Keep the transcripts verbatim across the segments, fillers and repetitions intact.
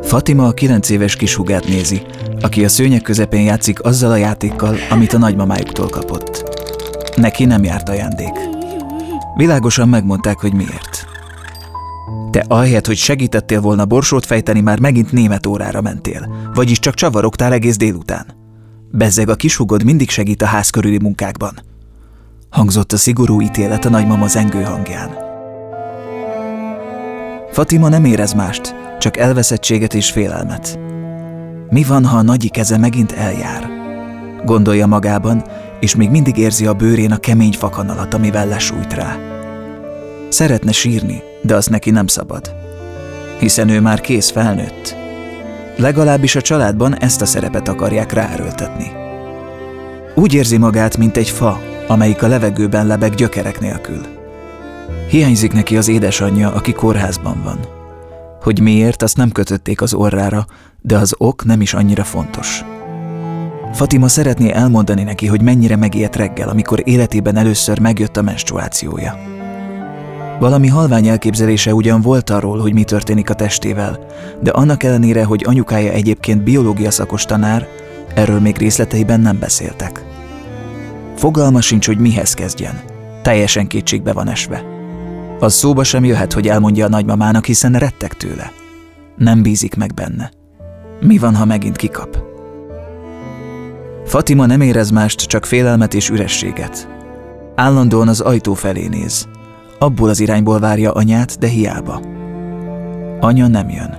Fatima a kilenc éves kishúgát nézi, aki a szőnyeg közepén játszik azzal a játékkal, amit a nagymamájuktól kapott. Neki nem járt ajándék. Világosan megmondták, hogy miért. Te ahelyett, hogy segítettél volna borsót fejteni, már megint német órára mentél, vagyis csak csavarogtál egész délután. Bezzeg, a kishúgod mindig segít a ház körüli munkákban. Hangzott a szigorú ítélet a nagymama zengő hangján. Fatima nem érez mást, csak elveszettséget és félelmet. Mi van, ha a nagyi keze megint eljár? Gondolja magában, és még mindig érzi a bőrén a kemény fakanalat, amivel lesújt rá. Szeretne sírni, de azt neki nem szabad. Hiszen ő már kész felnőtt. Legalábbis a családban ezt a szerepet akarják ráerőltetni. Úgy érzi magát, mint egy fa, amelyik a levegőben lebeg gyökerek nélkül. Hiányzik neki az édesanyja, aki kórházban van. Hogy miért, azt nem kötötték az orrára, de az ok nem is annyira fontos. Fatima szeretné elmondani neki, hogy mennyire megijedt reggel, amikor életében először megjött a menstruációja. Valami halvány elképzelése ugyan volt arról, hogy mi történik a testével, de annak ellenére, hogy anyukája egyébként biológia szakos tanár, erről még részleteiben nem beszéltek. Fogalma sincs, hogy mihez kezdjen. Teljesen kétségbe van esve. Az szóba sem jöhet, hogy elmondja a nagymamának, hiszen retteg tőle. Nem bízik meg benne. Mi van, ha megint kikap? Fatima nem érez mást, csak félelmet és ürességet. Állandóan az ajtó felé néz. Abból az irányból várja anyát, de hiába. Anya nem jön.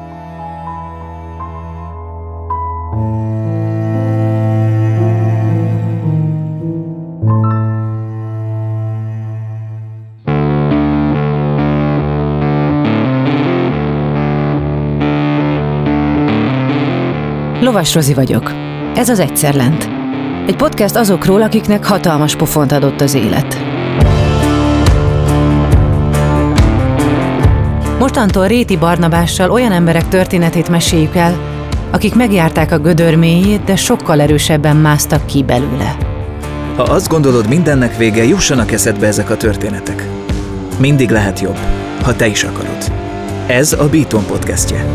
Lovas Rozi vagyok. Ez az Egyszer Lent. Egy podcast azokról, akiknek hatalmas pofont adott az élet. Mostantól Réti Barnabással olyan emberek történetét meséljük el, akik megjárták a gödör mélyét, de sokkal erősebben másztak ki belőle. Ha azt gondolod, mindennek vége, jussanak eszedbe ezek a történetek. Mindig lehet jobb, ha te is akarod. Ez a Beaton podcastje.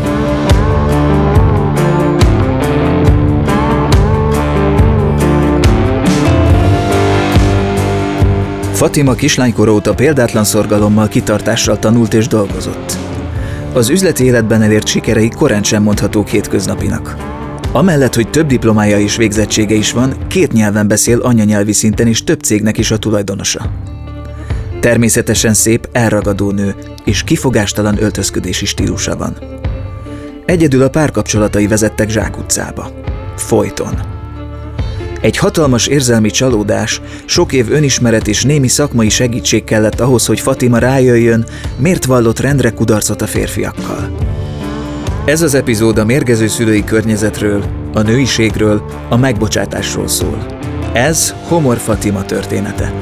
Fatima kislánykor óta példátlan szorgalommal, kitartással tanult és dolgozott. Az üzleti életben elért sikerei korán sem mondhatók hétköznapinak. Amellett, hogy több diplomája és végzettsége is van, két nyelven beszél anyanyelvi szinten, és több cégnek is a tulajdonosa. Természetesen szép, elragadó nő, és kifogástalan öltözködési stílusa van. Egyedül a párkapcsolatai vezettek zsákutcába. Folyton. Egy hatalmas érzelmi csalódás, sok év önismeret és némi szakmai segítség kellett ahhoz, hogy Fatima rájöjjön, miért vallott rendre kudarcot a férfiakkal. Ez az epizód a mérgező szülői környezetről, a nőiségről, a megbocsátásról szól. Ez Homor Fatima története.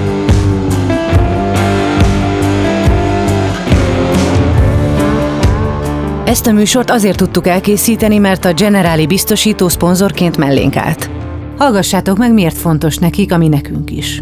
Ezt a műsort azért tudtuk elkészíteni, mert a Generali biztosító szponzorként mellénk állt. Hallgassátok meg, miért fontos nekik, ami nekünk is.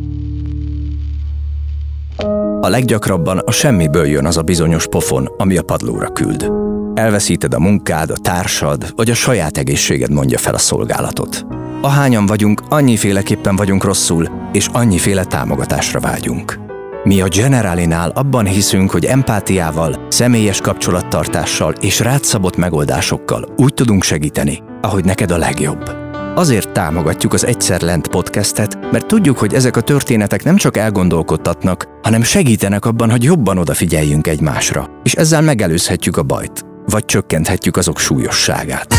A leggyakrabban a semmiből jön az a bizonyos pofon, ami a padlóra küld. Elveszíted a munkád, a társad, vagy a saját egészséged mondja fel a szolgálatot. Ahányan vagyunk, annyiféleképpen vagyunk rosszul, és annyiféle támogatásra vágyunk. Mi a Generalinál abban hiszünk, hogy empátiával, személyes kapcsolattartással és rád szabott megoldásokkal úgy tudunk segíteni, ahogy neked a legjobb. Azért támogatjuk az Egyszer Lent podcastet, mert tudjuk, hogy ezek a történetek nem csak elgondolkodtatnak, hanem segítenek abban, hogy jobban odafigyeljünk egymásra, és ezzel megelőzhetjük a bajt, vagy csökkenthetjük azok súlyosságát.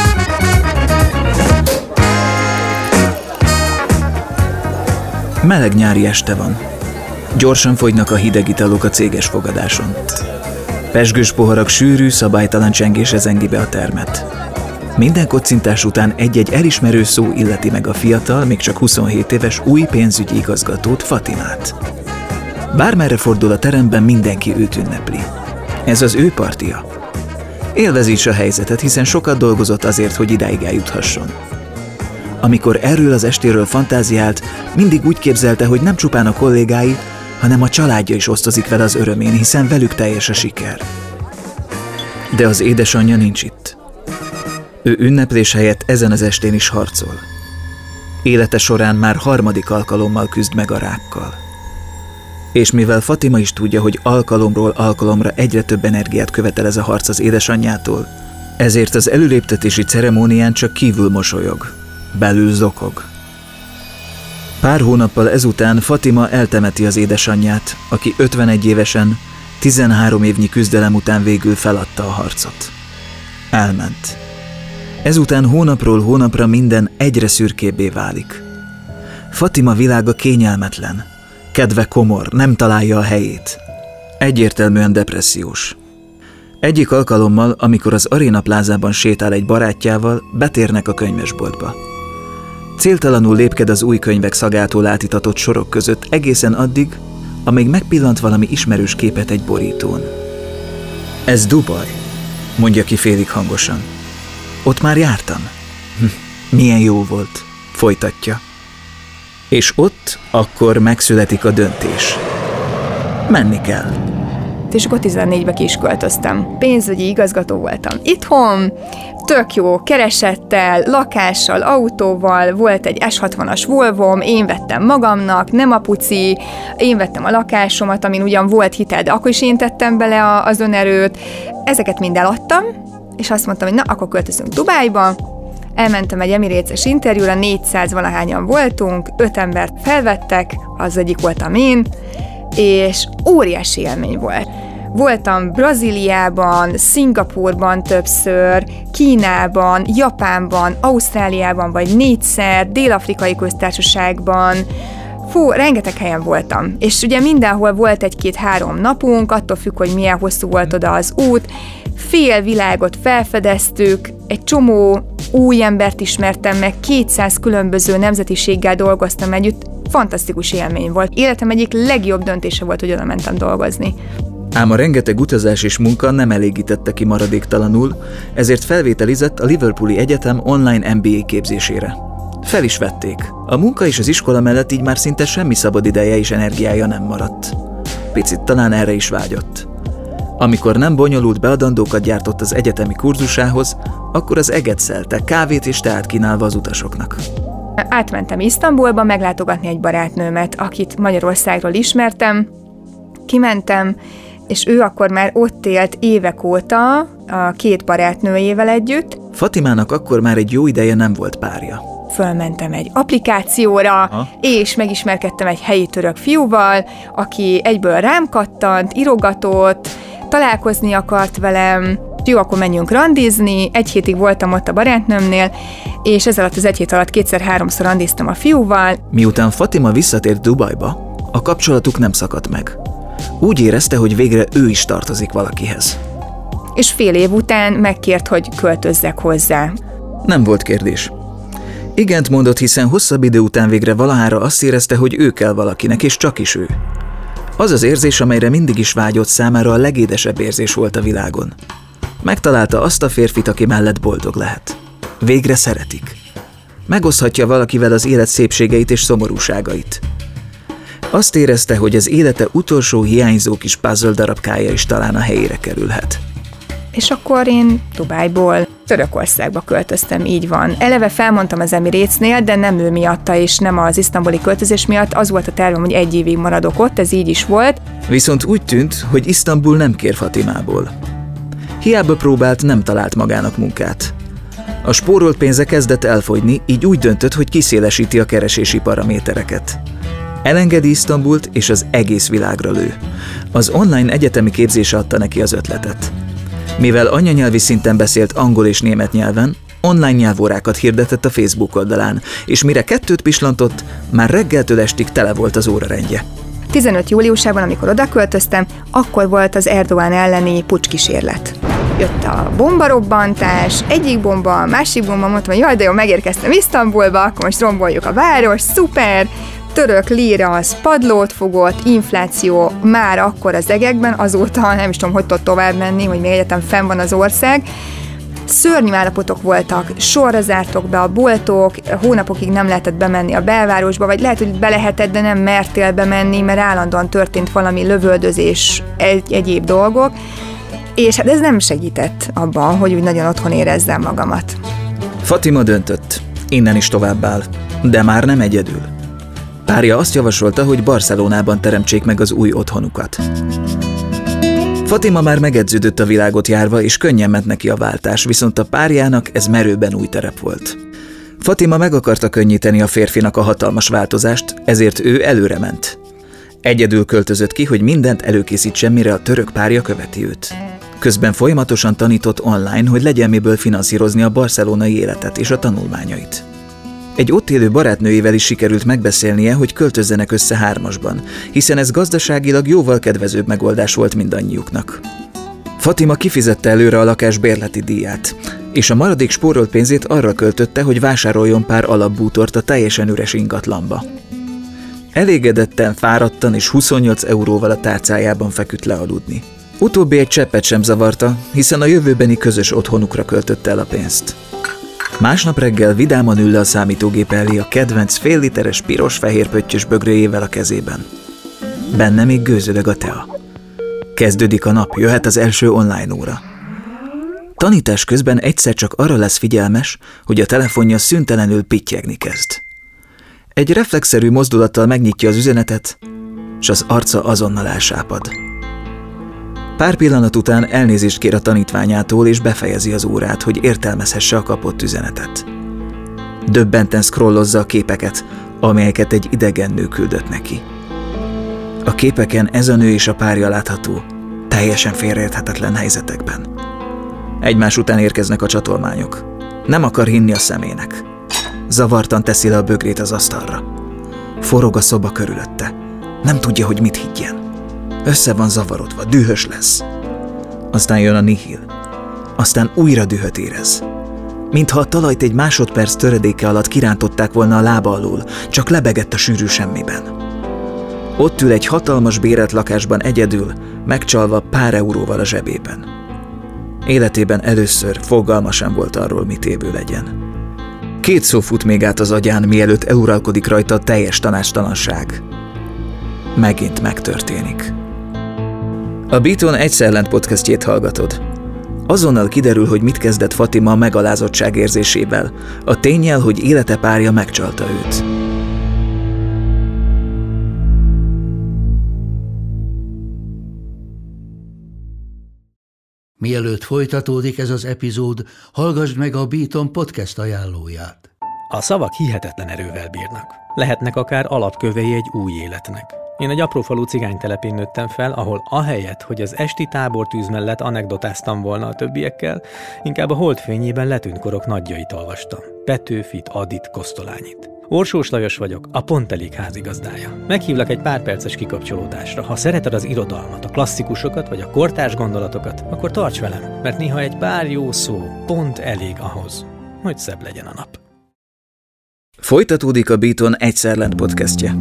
Meleg nyári este van. Gyorsan fogynak a hideg italok a céges fogadáson. Pezsgős poharak sűrű, szabálytalan csengése zengi be a termet. Minden kocintás után egy-egy elismerő szó illeti meg a fiatal, még csak huszonhét éves új pénzügyi igazgatót, Fatimát. Bármerre fordul a teremben, mindenki őt ünnepli. Ez az ő partia. Élvezi is a helyzetet, hiszen sokat dolgozott azért, hogy idáig eljuthasson. Amikor erről az estéről fantáziált, mindig úgy képzelte, hogy nem csupán a kollégái, hanem a családja is osztozik vele az örömén, hiszen velük teljes a siker. De az édesanyja nincs itt. Ő ünneplés helyett ezen az estén is harcol. Élete során már harmadik alkalommal küzd meg a rákkal. És mivel Fatima is tudja, hogy alkalomról alkalomra egyre több energiát követel ez a harc az édesanyjától, ezért az előléptetési ceremónián csak kívül mosolyog, belül zokog. Pár hónappal ezután Fatima eltemeti az édesanyját, aki ötvenegy évesen, tizenhárom évnyi küzdelem után végül feladta a harcot. Elment. Ezután hónapról hónapra minden egyre szürkébbé válik. Fatima világa kényelmetlen, kedve komor, nem találja a helyét. Egyértelműen depressziós. Egyik alkalommal, amikor az Arena Plázában sétál egy barátjával, betérnek a könyvesboltba. Céltalanul lépked az új könyvek szagától átitatott sorok között egészen addig, amíg megpillant valami ismerős képet egy borítón. Ez Dubaj, mondja ki félig hangosan. Ott már jártam. Hm, milyen jó volt, folytatja. És ott akkor megszületik a döntés. Menni kell. És akkor tizennégybe ki is költöztem. Pénzügyi igazgató voltam itthon, tök jó keresettel, lakással, autóval, volt egy es hatvanas Volvom, én vettem magamnak, nem a puci, én vettem a lakásomat, amin ugyan volt hitel, de akkor is én tettem bele az önerőt. Ezeket mind eladtam, és azt mondtam, hogy na, akkor költözünk Dubájba. Elmentem egy Emirates-es interjúra, négyszáz valahányan voltunk, öt embert felvettek, az egyik voltam én, és óriási élmény volt. Voltam Brazíliában, Szingapúrban többször, Kínában, Japánban, Ausztráliában vagy négyszer, Dél-Afrikai Köztársaságban. Fú, rengeteg helyen voltam. És ugye mindenhol volt egy-két-három napunk, attól függ, hogy milyen hosszú volt oda az út. Fél világot felfedeztük, egy csomó új embert ismertem meg, kétszáz különböző nemzetiséggel dolgoztam együtt. Fantasztikus élmény volt. Életem egyik legjobb döntése volt, hogy oda mentem dolgozni. Ám a rengeteg utazás és munka nem elégítette ki maradéktalanul, ezért felvételizett a Liverpooli Egyetem online em bé á képzésére. Fel is vették. A munka és az iskola mellett így már szinte semmi szabad ideje és energiája nem maradt. Picit talán erre is vágyott. Amikor nem bonyolult beadandókat gyártott az egyetemi kurzusához, akkor az eget szelte, kávét és teát kínálva az utasoknak. Átmentem Isztambulba meglátogatni egy barátnőmet, akit Magyarországról ismertem. Kimentem, és ő akkor már ott élt évek óta a két barátnőjével együtt. Fatimának akkor már egy jó ideje nem volt párja. Fölmentem egy applikációra, ha? És megismerkedtem egy helyi török fiúval, aki egyből rám kattant, írogatott, találkozni akart velem. Jó, akkor menjünk randizni, egy hétig voltam ott a barátnőmnél, és ez alatt az egy hét alatt kétszer-háromszor randiztam a fiúval. Miután Fatima visszatért Dubajba, a kapcsolatuk nem szakadt meg. Úgy érezte, hogy végre ő is tartozik valakihez. És fél év után megkért, hogy költözzek hozzá. Nem volt kérdés. Igent mondott, hiszen hosszabb idő után végre valahára azt érezte, hogy ő kell valakinek, és csak is ő. Az az érzés, amelyre mindig is vágyott, számára a legédesebb érzés volt a világon. Megtalálta azt a férfit, aki mellett boldog lehet. Végre szeretik. Megoszthatja valakivel az élet szépségeit és szomorúságait. Azt érezte, hogy az élete utolsó hiányzó kis puzzle darabkája is talán a helyére kerülhet. És akkor én Dubájból Törökországba költöztem, így van. Eleve felmondtam az Emiratesnél, de nem ő miatta és nem az isztambuli költözés miatt. Az volt a tervem, hogy egy évig maradok ott, ez így is volt. Viszont úgy tűnt, hogy Isztambul nem kér Fatimából. Hiába próbált, nem talált magának munkát. A spórolt pénze kezdett elfogyni, így úgy döntött, hogy kiszélesíti a keresési paramétereket. Elengedi Isztambult, és az egész világra lő. Az online egyetemi képzése adta neki az ötletet. Mivel anyanyelvi szinten beszélt angol és német nyelven, online nyelvórákat hirdetett a Facebook oldalán, és mire kettőt pislantott, már reggeltől estig tele volt az órarendje. tizenöt júliusában, amikor odaköltöztem, akkor volt az Erdoğan elleni pucskísérlet. Jött a bombarobbantás, egyik bomba, másik bomba, mondtam, hogy jaj, de jó, megérkeztem Isztambulba, akkor most romboljuk a város, szuper! Török líra az padlót fogott, infláció már akkor az egekben, azóta nem is tudom, hogy tud tovább menni, hogy még egyetem fenn van az ország. Szörnyű állapotok voltak, sorra zártok be a boltok, hónapokig nem lehetett bemenni a belvárosba, vagy lehet, hogy be lehetett, de nem mertél bemenni, mert állandóan történt valami lövöldözés, egy, egyéb dolgok. És hát ez nem segített abban, hogy úgy nagyon otthon érezzem magamat. Fatima döntött, innen is továbbáll, de már nem egyedül. Párja azt javasolta, hogy Barcelonában teremtsék meg az új otthonukat. Fatima már megedződött a világot járva, és könnyen ment neki a váltás, viszont a párjának ez merőben új terep volt. Fatima meg akarta könnyíteni a férfinak a hatalmas változást, ezért ő előre ment. Egyedül költözött ki, hogy mindent előkészítsen, mire a török párja követi őt. Közben folyamatosan tanított online, hogy legyen miből finanszírozni a barcelonai életet és a tanulmányait. Egy ott élő barátnőjével is sikerült megbeszélnie, hogy költözzenek össze hármasban, hiszen ez gazdaságilag jóval kedvezőbb megoldás volt mindannyiuknak. Fatima kifizette előre a lakás bérleti díját, és a maradék spórolt pénzét arra költötte, hogy vásároljon pár alapbútort a teljesen üres ingatlanba. Elégedetten, fáradtan és huszonnyolc euróval a tárcájában feküdt le aludni. Utóbbi egy cseppet sem zavarta, hiszen a jövőbeni közös otthonukra költötte el a pénzt. Másnap reggel vidáman ül le a számítógép elé a kedvenc fél literes piros-fehér pöttyös bögréjével a kezében. Benne még gőzödög a tea. Kezdődik a nap, jöhet az első online óra. Tanítás közben egyszer csak arra lesz figyelmes, hogy a telefonja szüntelenül pittyegni kezd. Egy reflexzerű mozdulattal megnyitja az üzenetet, s az arca azonnal elsápad. Pár pillanat után elnézést kér a tanítványától, és befejezi az órát, hogy értelmezhesse a kapott üzenetet. Döbbenten scrollozza a képeket, amelyeket egy idegen nő küldött neki. A képeken ez a nő és a párja látható, teljesen félreérthetetlen helyzetekben. Egymás után érkeznek a csatolmányok. Nem akar hinni a szemének. Zavartan teszi le a bögrét az asztalra. Forog a szoba körülötte. Nem tudja, hogy mit higgyen. Össze van zavarodva, dühös lesz. Aztán jön a nihil. Aztán újra dühöt érez. Mintha a talajt egy másodperc töredéke alatt kirántották volna a lába alól, csak lebegett a sűrű semmiben. Ott ül egy hatalmas bérelt lakásban egyedül, megcsalva pár euróval a zsebében. Életében először fogalma sem volt arról, mit évő legyen. Két szó fut még át az agyán, mielőtt eluralkodik rajta a teljes tanácstalanság. Megint megtörténik. A Beaton Egyszer Lent podcastjét hallgatod. Azonnal kiderül, hogy mit kezdett Fatima megalázottság érzésével, a ténnyel, hogy élete párja megcsalta őt. Mielőtt folytatódik ez az epizód, hallgassd meg a Beaton podcast ajánlóját. A szavak hihetetlen erővel bírnak. Lehetnek akár alapkövei egy új életnek. Én egy aprófalu cigánytelepén nőttem fel, ahol ahelyett, hogy az esti tábortűz mellett anekdotáztam volna a többiekkel, inkább a holdfényében letűnt korok nagyjait olvastam. Petőfit, Adit, Kosztolányit. Orsós Lajos vagyok, a Pont Elég házigazdája. Meghívlak egy pár perces kikapcsolódásra. Ha szereted az irodalmat, a klasszikusokat vagy a kortárs gondolatokat, akkor tarts velem, mert néha egy pár jó szó pont elég ahhoz, hogy szebb legyen a nap. Folytatódik a Beaton Egyszer Lent podcastje.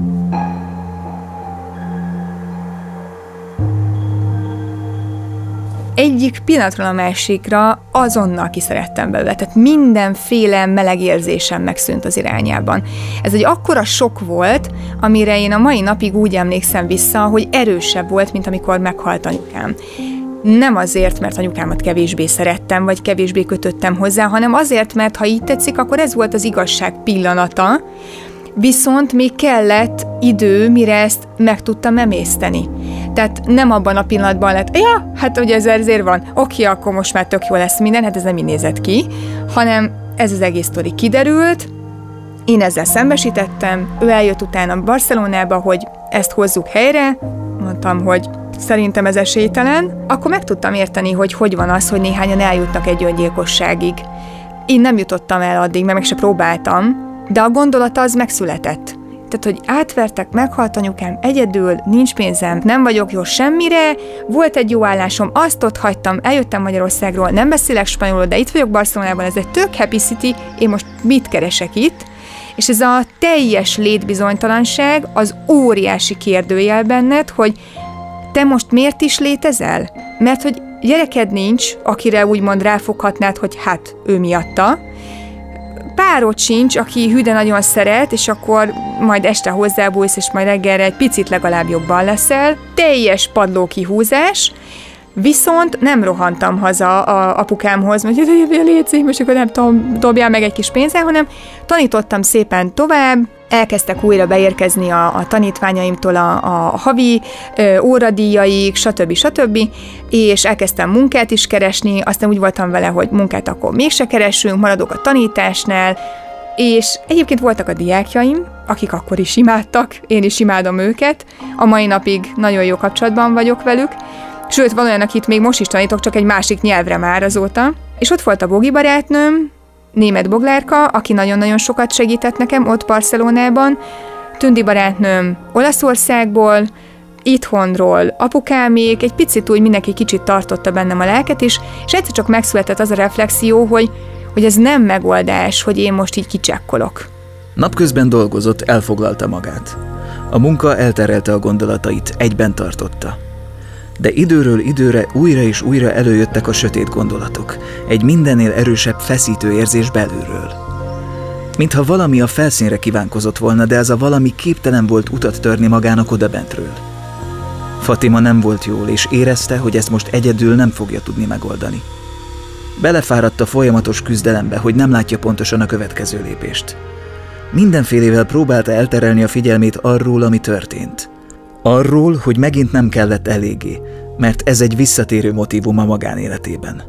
Egyik pillanatról a másikra azonnal kiszerettem belőle, tehát mindenféle meleg érzésem megszűnt az irányában. Ez egy akkora sok volt, amire én a mai napig úgy emlékszem vissza, hogy erősebb volt, mint amikor meghalt anyukám. Nem azért, mert anyukámat kevésbé szerettem, vagy kevésbé kötöttem hozzá, hanem azért, mert ha így tetszik, akkor ez volt az igazság pillanata, viszont még kellett idő, mire ezt meg tudtam emészteni. Tehát nem abban a pillanatban lett, ja, hát ugye ez ezért van, oké, akkor most már tök jó lesz minden, hát ez nem így nézett ki, hanem ez az egész sztori kiderült, én ezzel szembesítettem, ő eljött utána Barcelonába, hogy ezt hozzuk helyre, mondtam, hogy szerintem ez esélytelen, akkor meg tudtam érteni, hogy hogy van az, hogy néhányan eljutnak egy öngyilkosságig. Én nem jutottam el addig, mert meg se próbáltam, de a gondolata az megszületett. Tehát, hogy átvertek, meghalt anyukám, egyedül, nincs pénzem, nem vagyok jó semmire, volt egy jó állásom, azt ott hagytam, eljöttem Magyarországról, nem beszélek spanyolul, de itt vagyok Barcelonában, ez egy tök happy city, én most mit keresek itt? És ez a teljes létbizonytalanság, az óriási kérdőjel benned, hogy te most miért is létezel? Mert hogy gyereked nincs, akire úgymond ráfoghatnád, hogy hát ő miatta, párod sincs, aki hű, de nagyon szeret, és akkor majd este hozzábújsz, és majd reggelre egy picit legalább jobban leszel. Teljes padlókihúzás, Viszont nem rohantam haza a apukámhoz, hogy légy most akkor nem tudom, dobjál meg egy kis pénzzel, hanem tanítottam szépen tovább, elkezdtek újra beérkezni a, a tanítványaimtól a, a havi ö, óradíjaik, stb. stb. És elkezdtem munkát is keresni, aztán úgy voltam vele, hogy munkát akkor mégse keresünk, maradok a tanításnál, és egyébként voltak a diákjaim, akik akkor is imádtak, én is imádom őket, a mai napig nagyon jó kapcsolatban vagyok velük, sőt, van olyan, akit még most is tanítok, csak egy másik nyelvre már azóta. És ott volt a Bogi barátnőm, német Boglárka, aki nagyon-nagyon sokat segített nekem ott Barcelonában, Tündi barátnőm Olaszországból, itthonról apukámék, egy picit úgy mindenki kicsit tartotta bennem a lelket is, és egyszer csak megszületett az a reflexió, hogy, hogy ez nem megoldás, hogy én most így kicsekkolok. Napközben dolgozott, elfoglalta magát. A munka elterelte a gondolatait, egyben tartotta. De időről időre újra és újra előjöttek a sötét gondolatok, egy mindennél erősebb feszítő érzés belülről. Mintha valami a felszínre kívánkozott volna, de ez a valami képtelen volt utat törni magának odabentről. Fatima nem volt jól, és érezte, hogy ezt most egyedül nem fogja tudni megoldani. Belefáradt a folyamatos küzdelembe, hogy nem látja pontosan a következő lépést. Mindenfélével próbálta elterelni a figyelmét arról, ami történt. Arról, hogy megint nem kellett eléggé, mert ez egy visszatérő motívum a magánéletében.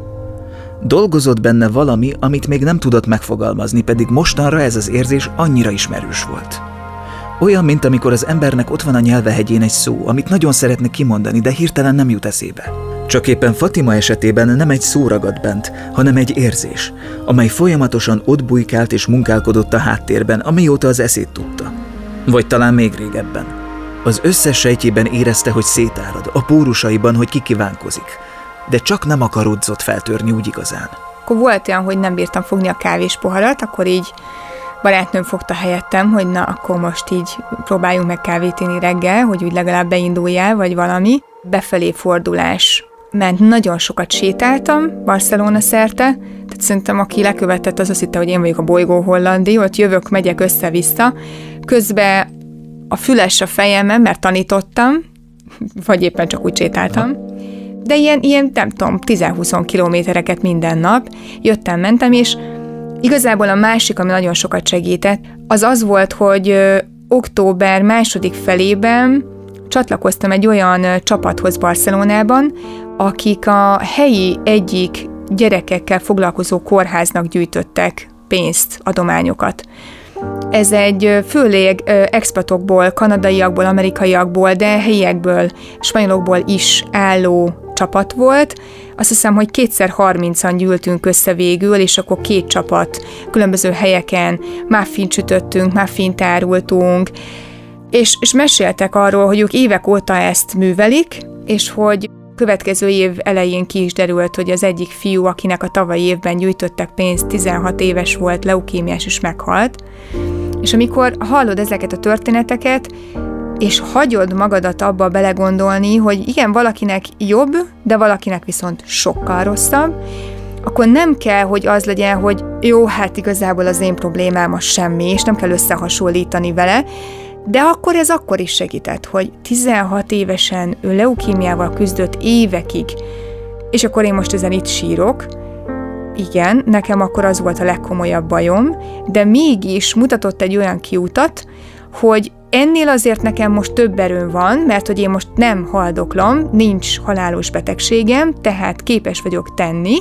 Dolgozott benne valami, amit még nem tudott megfogalmazni, pedig mostanra ez az érzés annyira ismerős volt. Olyan, mint amikor az embernek ott van a nyelvehegyén egy szó, amit nagyon szeretne kimondani, de hirtelen nem jut eszébe. Csak éppen Fatima esetében nem egy szó ragadt bent, hanem egy érzés, amely folyamatosan ott bujkált és munkálkodott a háttérben, amióta az eszét tudta. Vagy talán még régebben. Az összes sejtjében érezte, hogy szétárad, a pórusaiban, hogy kikívánkozik, de csak nem akarodzott feltörni úgy igazán. Akkor volt olyan, hogy nem bírtam fogni a kávés poharat, akkor így barátnőm fogta helyettem, hogy na, akkor most így próbáljunk meg kávét inni reggel, hogy úgy legalább beinduljál, vagy valami. Befelé fordulás ment, nagyon sokat sétáltam Barcelona szerte, tehát szerintem aki lekövetett, az azt hitte, hogy én vagyok a bolygó hollandi, ott jövök, megyek össze-vissza, közben a füles a fejemben, mert tanítottam, vagy éppen csak úgy sétáltam, de ilyen, ilyen nem tudom, tíz-húsz kilométereket minden nap jöttem, mentem, és igazából a másik, ami nagyon sokat segített, az az volt, hogy ö, október második felében csatlakoztam egy olyan ö, csapathoz Barcelonában, akik a helyi egyik gyerekekkel foglalkozó kórháznak gyűjtöttek pénzt, adományokat. Ez egy főleg expatokból, kanadaiakból, amerikaiakból, de helyiekből, spanyolokból is álló csapat volt. Azt hiszem, hogy kétszer harmincan gyűltünk össze végül, és akkor két csapat különböző helyeken muffint sütöttünk, muffint árultunk, és, és meséltek arról, hogy ők évek óta ezt művelik, és hogy következő év elején ki is derült, hogy az egyik fiú, akinek a tavalyi évben gyűjtöttek pénzt, tizenhat éves volt, leukémiás is meghalt. És amikor hallod ezeket a történeteket, és hagyod magadat abba belegondolni, hogy igen, valakinek jobb, de valakinek viszont sokkal rosszabb, akkor nem kell, hogy az legyen, hogy jó, hát igazából az én problémám az semmi, és nem kell összehasonlítani vele, de akkor ez akkor is segített, hogy tizenhat évesen ő leukémiával küzdött évekig, és akkor én most ezen itt sírok. Igen, nekem akkor az volt a legkomolyabb bajom, de mégis mutatott egy olyan kiutat, hogy ennél azért nekem most több erőm van, mert hogy én most nem haldoklom, nincs halálos betegségem, tehát képes vagyok tenni.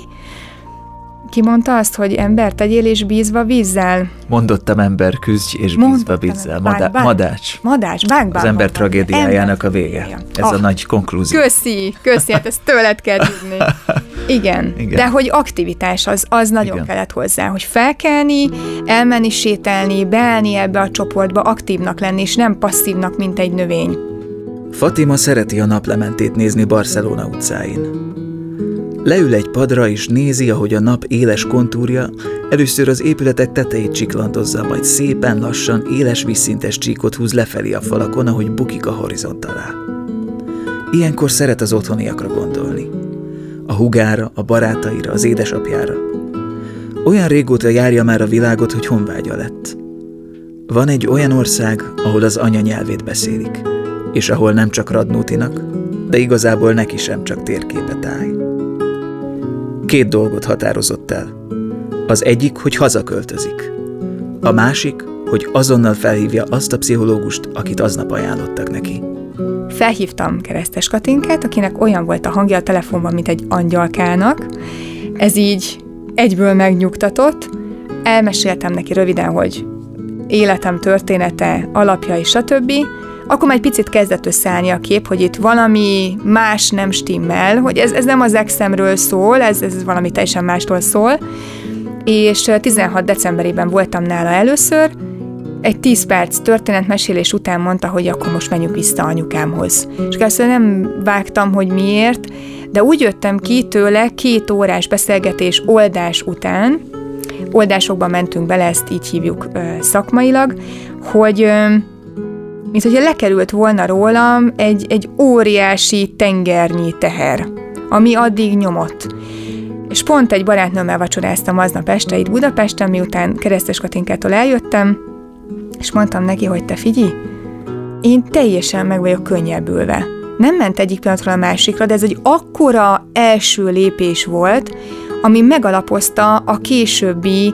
Ki mondta azt, hogy ember, tegyél és bízva vízzel? Mondottam ember, küzdj és bízva vízzel. Madá- madács. Madács, bánk, bánk. Az ember tragédiájának a vége. Ez ah, a nagy konklúzió. Köszi, köszi, hát ezt tőled kell tudni. Igen, Igen, de hogy aktivitás az, az nagyon Igen. kellett hozzá, hogy felkelni, elmenni sétálni, beállni ebbe a csoportba, aktívnak lenni, és nem passzívnak, mint egy növény. Fatima szereti a naplementét nézni Barcelona utcáin. Leül egy padra és nézi, ahogy a nap éles kontúrja először az épületek tetejét csiklandozza, majd szépen lassan éles vízszintes csíkot húz lefelé a falakon, ahogy bukik a horizont alá. Ilyenkor szeret az otthoniakra gondolni. A húgára, a barátaira, az édesapjára. Olyan régóta járja már a világot, hogy honvágya lett. Van egy olyan ország, ahol az anyanyelvét beszélik, és ahol nem csak Radnótinak, de igazából neki sem csak térképet áll. Két dolgot határozott el. Az egyik, hogy hazaköltözik. A másik, hogy azonnal felhívja azt a pszichológust, akit aznap ajánlottak neki. Felhívtam Keresztes Katinkát, akinek olyan volt a hangja a telefonban, mint egy angyalkának. Ez így egyből megnyugtatott. Elmeséltem neki röviden, hogy életem története, alapjai, stb. Akkor már egy picit kezdett összeállni a kép, hogy itt valami más nem stimmel, hogy ez, ez nem az exemről szól, ez, ez valami teljesen mástól szól. És tizenhat decemberében voltam nála először, egy tíz perc történetmesélés után mondta, hogy akkor most menjünk vissza anyukámhoz. És először nem vágtam, hogy miért, de úgy jöttem ki tőle két órás beszélgetés oldás után, oldásokban mentünk bele, ezt így hívjuk ö, szakmailag, hogy ö, mint hogyha lekerült volna rólam egy, egy óriási tengernyi teher, ami addig nyomott. És pont egy barátnőmmel vacsoráztam aznap este itt Budapesten, miután Keresztes Katinkától eljöttem, és mondtam neki, hogy te figyelj, én teljesen meg vagyok könnyebbülve. Nem ment egyik pillanatról a másikra, de ez egy akkora első lépés volt, ami megalapozta a későbbi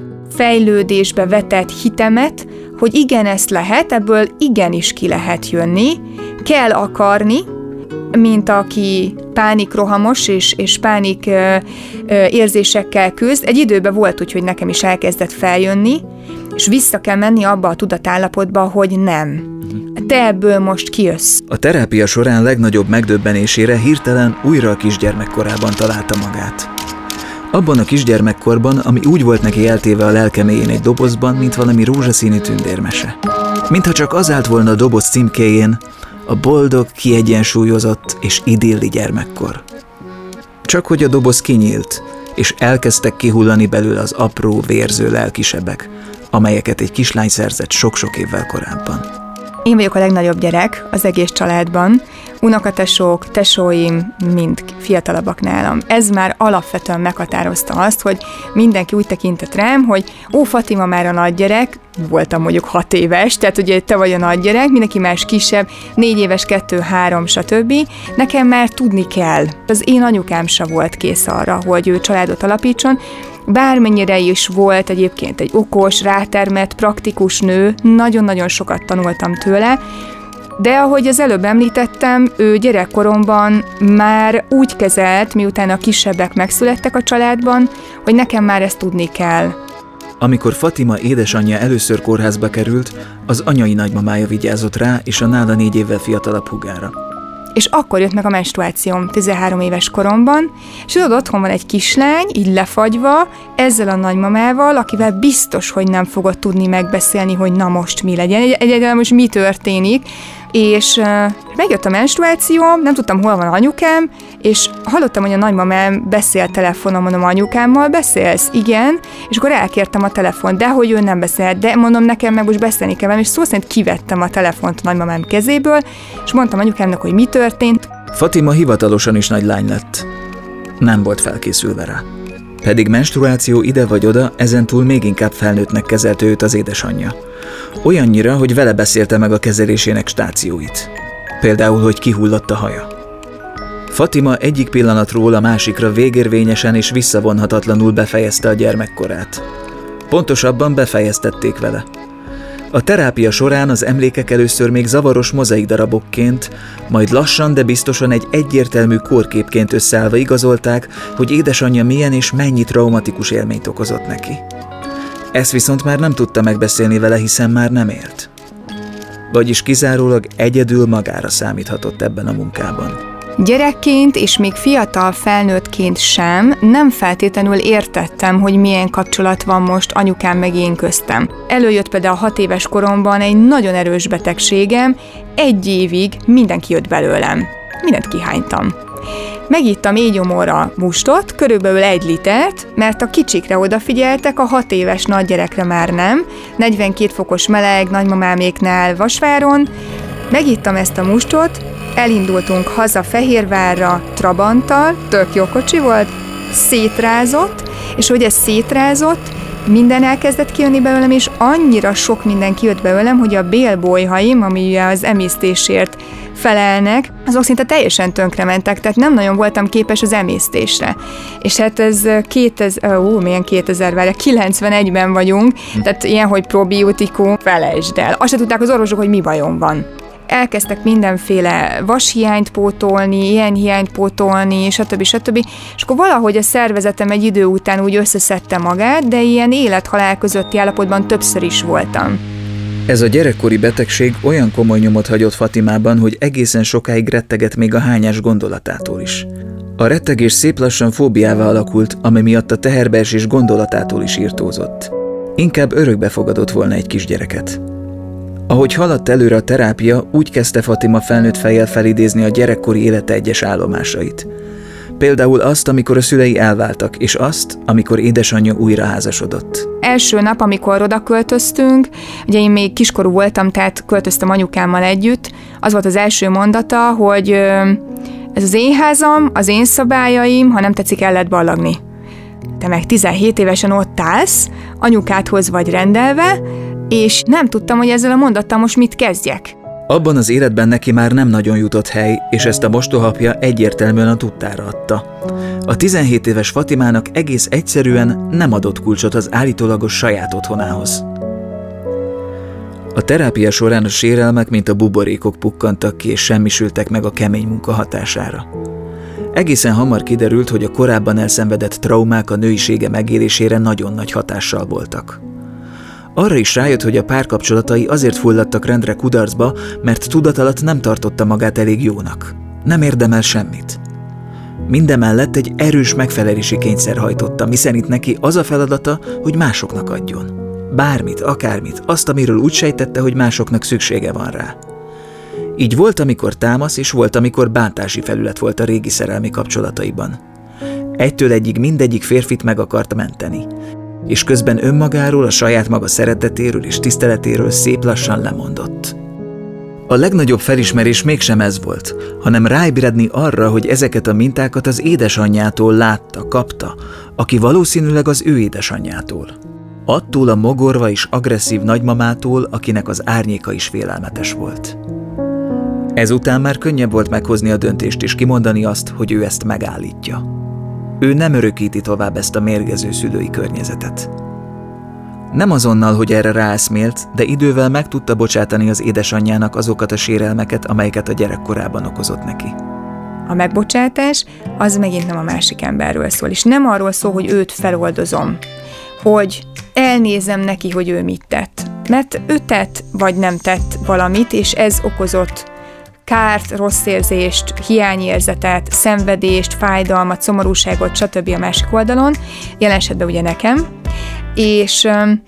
fejlődésbe vetett hitemet, hogy igen, ezt lehet, ebből igenis ki lehet jönni, kell akarni, mint aki pánikrohamos és, és pánik ö, ö, érzésekkel küzd. Egy időben volt úgy, hogy nekem is elkezdett feljönni, és vissza kell menni abba a tudatállapotba, hogy nem. Te ebből most kijössz. A terápia során legnagyobb megdöbbenésére hirtelen újra a kisgyermekkorában találta magát. Abban a kisgyermekkorban, ami úgy volt neki eltéve a lelkeméjén egy dobozban, mint valami rózsaszínű tündérmese. Mintha csak az állt volna a doboz címkéjén, a boldog, kiegyensúlyozott és idilli gyermekkor. Csak hogy a doboz kinyílt, és elkezdtek kihullani belőle az apró, vérző lelkisebek, amelyeket egy kislány szerzett sok-sok évvel korábban. Én vagyok a legnagyobb gyerek az egész családban, unokatesók, tesóim mind fiatalabbak nálam. Ez már alapvetően meghatározta azt, hogy mindenki úgy tekintett rám, hogy ó, Fatima már a nagy gyerek, voltam mondjuk hat éves, tehát ugye te vagy a nagy gyerek, mindenki más kisebb, négy éves, kettő, három, stb. Nekem már tudni kell. Az én anyukám sem volt kész arra, hogy ő családot alapítson, bármennyire is volt egyébként egy okos, rátermett, praktikus nő, nagyon-nagyon sokat tanultam tőle, de ahogy az előbb említettem, ő gyerekkoromban már úgy kezelt, miután a kisebbek megszülettek a családban, hogy nekem már ezt tudni kell. Amikor Fatima édesanyja először kórházba került, az anyai nagymamája vigyázott rá és a nála négy évvel fiatalabb húgára. És akkor jött meg a menstruációm tizenhárom éves koromban, és tudod, otthon van egy kislány, így lefagyva, ezzel a nagymamával, akivel biztos, hogy nem fogod tudni megbeszélni, hogy na most mi legyen, egy- egyáltalán most mi történik, és uh, megjött a menstruáció, nem tudtam, hol van anyukám, és hallottam, hogy a nagymamám beszél telefonon, mondom, anyukámmal beszélsz? Igen, és akkor elkértem a telefont, de hogy ő nem beszélt, de mondom, nekem meg most beszélni kell, és szó szerint kivettem a telefont a nagymamám kezéből, és mondtam anyukámnak, hogy mi történt. Fatima hivatalosan is nagy lány lett. Nem volt felkészülve rá. Pedig menstruáció ide vagy oda, ezentúl még inkább felnőttnek kezelte őt az édesanyja. Olyannyira, hogy vele beszélte meg a kezelésének stációit. Például, hogy kihullott a haja. Fatima egyik pillanatról a másikra végérvényesen és visszavonhatatlanul befejezte a gyermekkorát. Pontosabban befejeztették vele. A terápia során az emlékek először még zavaros mozaikdarabokként, majd lassan, de biztosan egy egyértelmű kórképként összeállva igazolták, hogy édesanyja milyen és mennyi traumatikus élményt okozott neki. Ezt viszont már nem tudta megbeszélni vele, hiszen már nem élt. Vagyis kizárólag egyedül magára számíthatott ebben a munkában. Gyerekként és még fiatal felnőttként sem nem feltétlenül értettem, hogy milyen kapcsolat van most anyukám meg én köztem. Előjött például a hat éves koromban egy nagyon erős betegségem, egy évig mindenki jött belőlem. Mindent kihánytam. Megittam éjgyomorra mustot, körülbelül egy litert, mert a kicsikre odafigyeltek, a hat éves nagygyerekre már nem, negyvenkét fokos meleg nagymamáméknál Vasváron. Megittam ezt a mustot, elindultunk haza Fehérvárra Trabanttal, tök jó kocsi volt, szétrázott, és hogy ez szétrázott, minden elkezdett kijönni belőlem, és annyira sok minden kijött belőlem, hogy a bélbolyhaim, ami az emésztésért felelnek, azok szinte teljesen tönkrementek, tehát nem nagyon voltam képes az emésztésre. És hát ez kétezer, ó, milyen kétezer, várja, kilencvenegyben vagyunk, tehát ilyen, hogy probiotikum, felejtsd el. Azt se tudták az orvosok, hogy mi bajom van. Elkezdtek mindenféle vashiányt pótolni, ilyen hiányt pótolni, stb. stb. És akkor valahogy a szervezetem egy idő után úgy összeszedte magát, de ilyen élet-halál közötti állapotban többször is voltam. Ez a gyerekkori betegség olyan komoly nyomot hagyott Fatimában, hogy egészen sokáig retteget még a hányás gondolatától is. A rettegés szép lassan fóbiává alakult, ami miatt a teherbeesés gondolatától is irtózott. Inkább örökbe fogadott volna egy kisgyereket. Ahogy haladt előre a terápia, úgy kezdte Fatima felnőtt fejjel felidézni a gyerekkori élete egyes állomásait. Például azt, amikor a szülei elváltak, és azt, amikor édesanyja újra házasodott. Első nap, amikor oda költöztünk, ugye én még kiskorú voltam, tehát költöztem anyukámmal együtt, az volt az első mondata, hogy ez az én házam, az én szabályaim, ha nem tetszik, el lehet ballagni. Te meg tizenhét évesen ott állsz, anyukádhoz vagy rendelve, és nem tudtam, hogy ezzel a mondattal most mit kezdjek. Abban az életben neki már nem nagyon jutott hely, és ezt a mostohapja egyértelműen a tudtára adta. A tizenhét éves Fatimának egész egyszerűen nem adott kulcsot az állítólagos saját otthonához. A terápia során a sérelmek, mint a buborékok pukkantak ki és semmisültek meg a kemény munka hatására. Egészen hamar kiderült, hogy a korábban elszenvedett traumák a nőisége megélésére nagyon nagy hatással voltak. Arra is rájött, hogy a párkapcsolatai azért fulladtak rendre kudarcba, mert tudatalatt nem tartotta magát elég jónak. Nem érdemel semmit. Mindemellett egy erős megfelelési kényszer hajtotta, miszerint neki az a feladata, hogy másoknak adjon. Bármit, akármit, azt, amiről úgy sejtette, hogy másoknak szüksége van rá. Így volt, amikor támasz, és volt, amikor bántási felület volt a régi szerelmi kapcsolataiban. Egytől egyig mindegyik férfit meg akart menteni. És közben önmagáról, a saját maga szeretetéről és tiszteletéről szép lassan lemondott. A legnagyobb felismerés mégsem ez volt, hanem ráébredni arra, hogy ezeket a mintákat az édesanyjától látta, kapta, aki valószínűleg az ő édesanyjától. Attól a mogorva és agresszív nagymamától, akinek az árnyéka is félelmetes volt. Ezután már könnyebb volt meghozni a döntést és kimondani azt, hogy ő ezt megállítja. Ő nem örökíti tovább ezt a mérgező szülői környezetet. Nem azonnal, hogy erre ráeszmélt, de idővel meg tudta bocsátani az édesanyjának azokat a sérelmeket, amelyeket a gyerekkorában okozott neki. A megbocsátás az megint nem a másik emberről szól, és nem arról szól, hogy őt feloldozom, hogy elnézem neki, hogy ő mit tett. Mert ő tett, vagy nem tett valamit, és ez okozott kárt, rossz érzést, hiányérzetet, szenvedést, fájdalmat, szomorúságot, stb. A másik oldalon, jelen esetben ugye nekem, és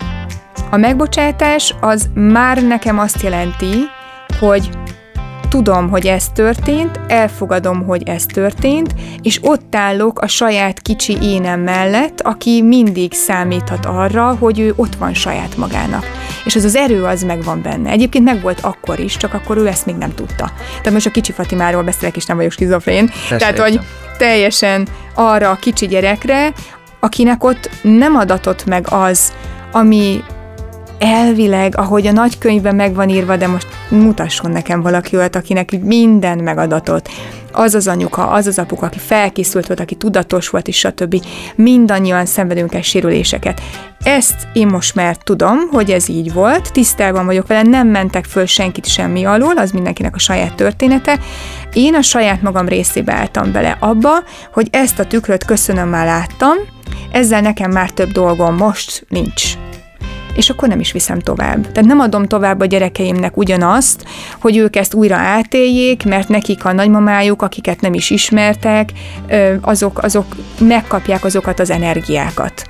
a megbocsátás az már nekem azt jelenti, hogy tudom, hogy ez történt, elfogadom, hogy ez történt, és ott állok a saját kicsi énem mellett, aki mindig számíthat arra, hogy ő ott van saját magának. És az az erő az megvan benne. Egyébként meg volt akkor is, csak akkor ő ezt még nem tudta. Tehát most a kicsi Fatimáról beszélek, és nem vagyok skizofrén. Tehát, hogy teljesen arra a kicsi gyerekre, akinek ott nem adatott meg az, ami elvileg, ahogy a nagykönyvben meg van írva, de most mutasson nekem valaki olyat, akinek minden megadatott. Az az anyuka, az az apuka, aki felkészült volt, aki tudatos volt, és stb. Mindannyian szenvedünk el sérüléseket. Ezt én most már tudom, hogy ez így volt, tisztában vagyok vele, nem mentek föl senkit semmi alól, az mindenkinek a saját története. Én a saját magam részébe álltam bele abba, hogy ezt a tükröt köszönömmel láttam, ezzel nekem már több dolgom most nincs. És akkor nem is viszem tovább. Tehát nem adom tovább a gyerekeimnek ugyanazt, hogy ők ezt újra átéljék, mert nekik a nagymamájuk, akiket nem is ismertek, azok, azok megkapják azokat az energiákat.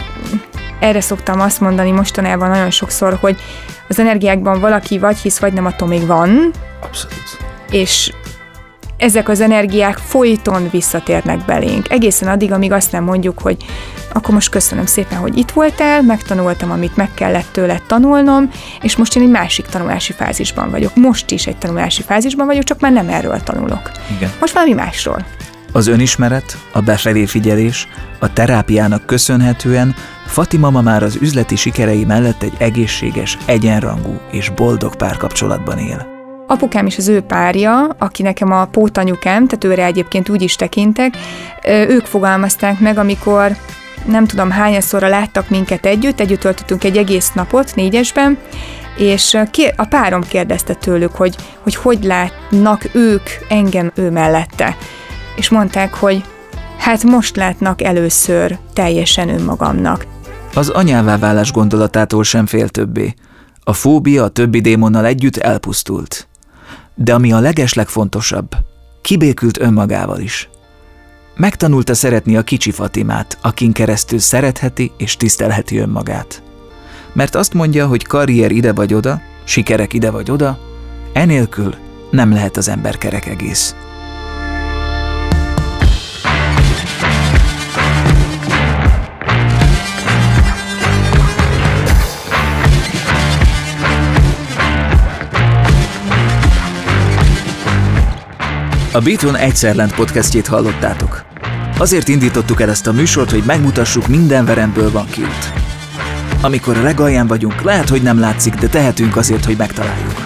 Erre szoktam azt mondani mostanában nagyon sokszor, hogy az energiákban valaki vagy hisz, vagy nem, attól még van. Abszolút. És ezek az energiák folyton visszatérnek belénk. Egészen addig, amíg azt nem mondjuk, hogy akkor most köszönöm szépen, hogy itt voltál, megtanultam, amit meg kellett tőled tanulnom, és most én egy másik tanulási fázisban vagyok. Most is egy tanulási fázisban vagyok, csak már nem erről tanulok. Igen. Most valami másról. Az önismeret, a befelé figyelés, a terápiának köszönhetően Fatima ma már az üzleti sikerei mellett egy egészséges, egyenrangú és boldog párkapcsolatban él. Apukám és az ő párja, aki nekem a pótanyukám, tehát őre egyébként úgy is tekintek, ők fogalmazták meg, amikor nem tudom hányaszorra láttak minket együtt, együtt töltöttünk egy egész napot négyesben, és a párom kérdezte tőlük, hogy, hogy hogy látnak ők engem ő mellette. És mondták, hogy hát most látnak először teljesen önmagamnak. Az anyává válás gondolatától sem fél többé. A fóbia a többi démonnal együtt elpusztult. De ami a legeslegfontosabb, kibékült önmagával is. Megtanulta szeretni a kicsi Fatimát, akin keresztül szeretheti és tisztelheti önmagát. Mert azt mondja, hogy karrier ide vagy oda, sikerek ide vagy oda, enélkül nem lehet az ember kerek egész. A Beaton Egyszerlent podcastjét hallottátok. Azért indítottuk el ezt a műsort, hogy megmutassuk, minden veremből van kiút. Amikor a legalján vagyunk, lehet, hogy nem látszik, de tehetünk azért, hogy megtaláljuk.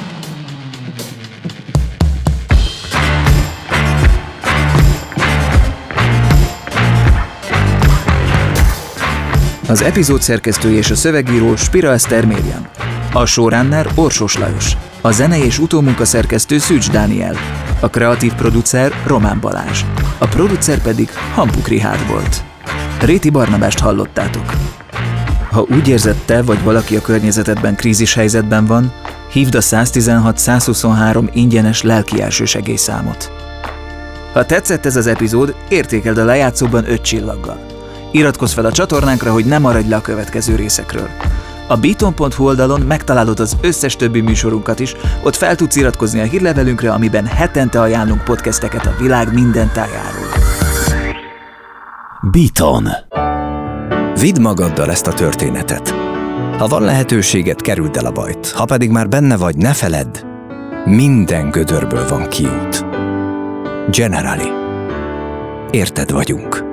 Az epizód szerkesztője és a szövegíró Spira Eszter Mériam. A showrunner Orsós Lajos. A zene és utómunka szerkesztő Szűcs Dániel. A kreatív producer Román Balázs. A producer pedig Hampuk Richárd volt. Réti Barnabást hallottátok. Ha úgy érzed te vagy valaki a környezetedben krízis helyzetben van, hívd a száztizenhat százhuszonhárom ingyenes lelki elsősegélyszámot. Ha tetszett ez az epizód, értékeld a lejátszóban öt csillaggal. Iratkozz fel a csatornánkra, hogy ne maradj le a következő részekről. A beaton pont hu oldalon megtalálod az összes többi műsorunkat is, ott fel tudsz iratkozni a hírlevelünkre, amiben hetente ajánlunk podcasteket a világ minden tájáról. Beaton. Vidd magaddal ezt a történetet. Ha van lehetőséget, kerüld el a bajt. Ha pedig már benne vagy, ne feledd, minden gödörből van kiút. Generali. Érted vagyunk.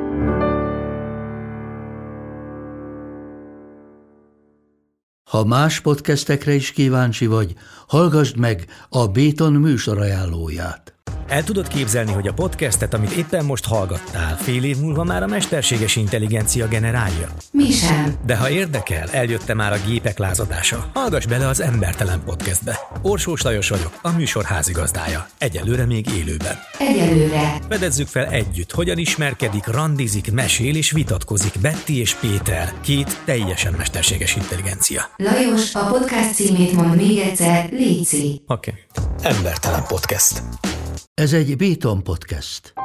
Ha más podcastekre is kíváncsi vagy, hallgassd meg a Beaton műsorajánlóját. El tudod képzelni, hogy a podcastet, amit éppen most hallgattál, fél év múlva már a mesterséges intelligencia generálja? Mi sem. De ha érdekel, eljötte már a gépek lázadása. Hallgass bele az Embertelen Podcastbe. Orsós Lajos vagyok, a műsor házigazdája. Egyelőre még élőben. Egyelőre. Fedezzük fel együtt, hogyan ismerkedik, randizik, mesél és vitatkozik Betty és Péter, két teljesen mesterséges intelligencia. Lajos, a podcast címét mond még egyszer, léci. Oké. Okay. Embertelen Podcast. Ez egy Beaton podcast.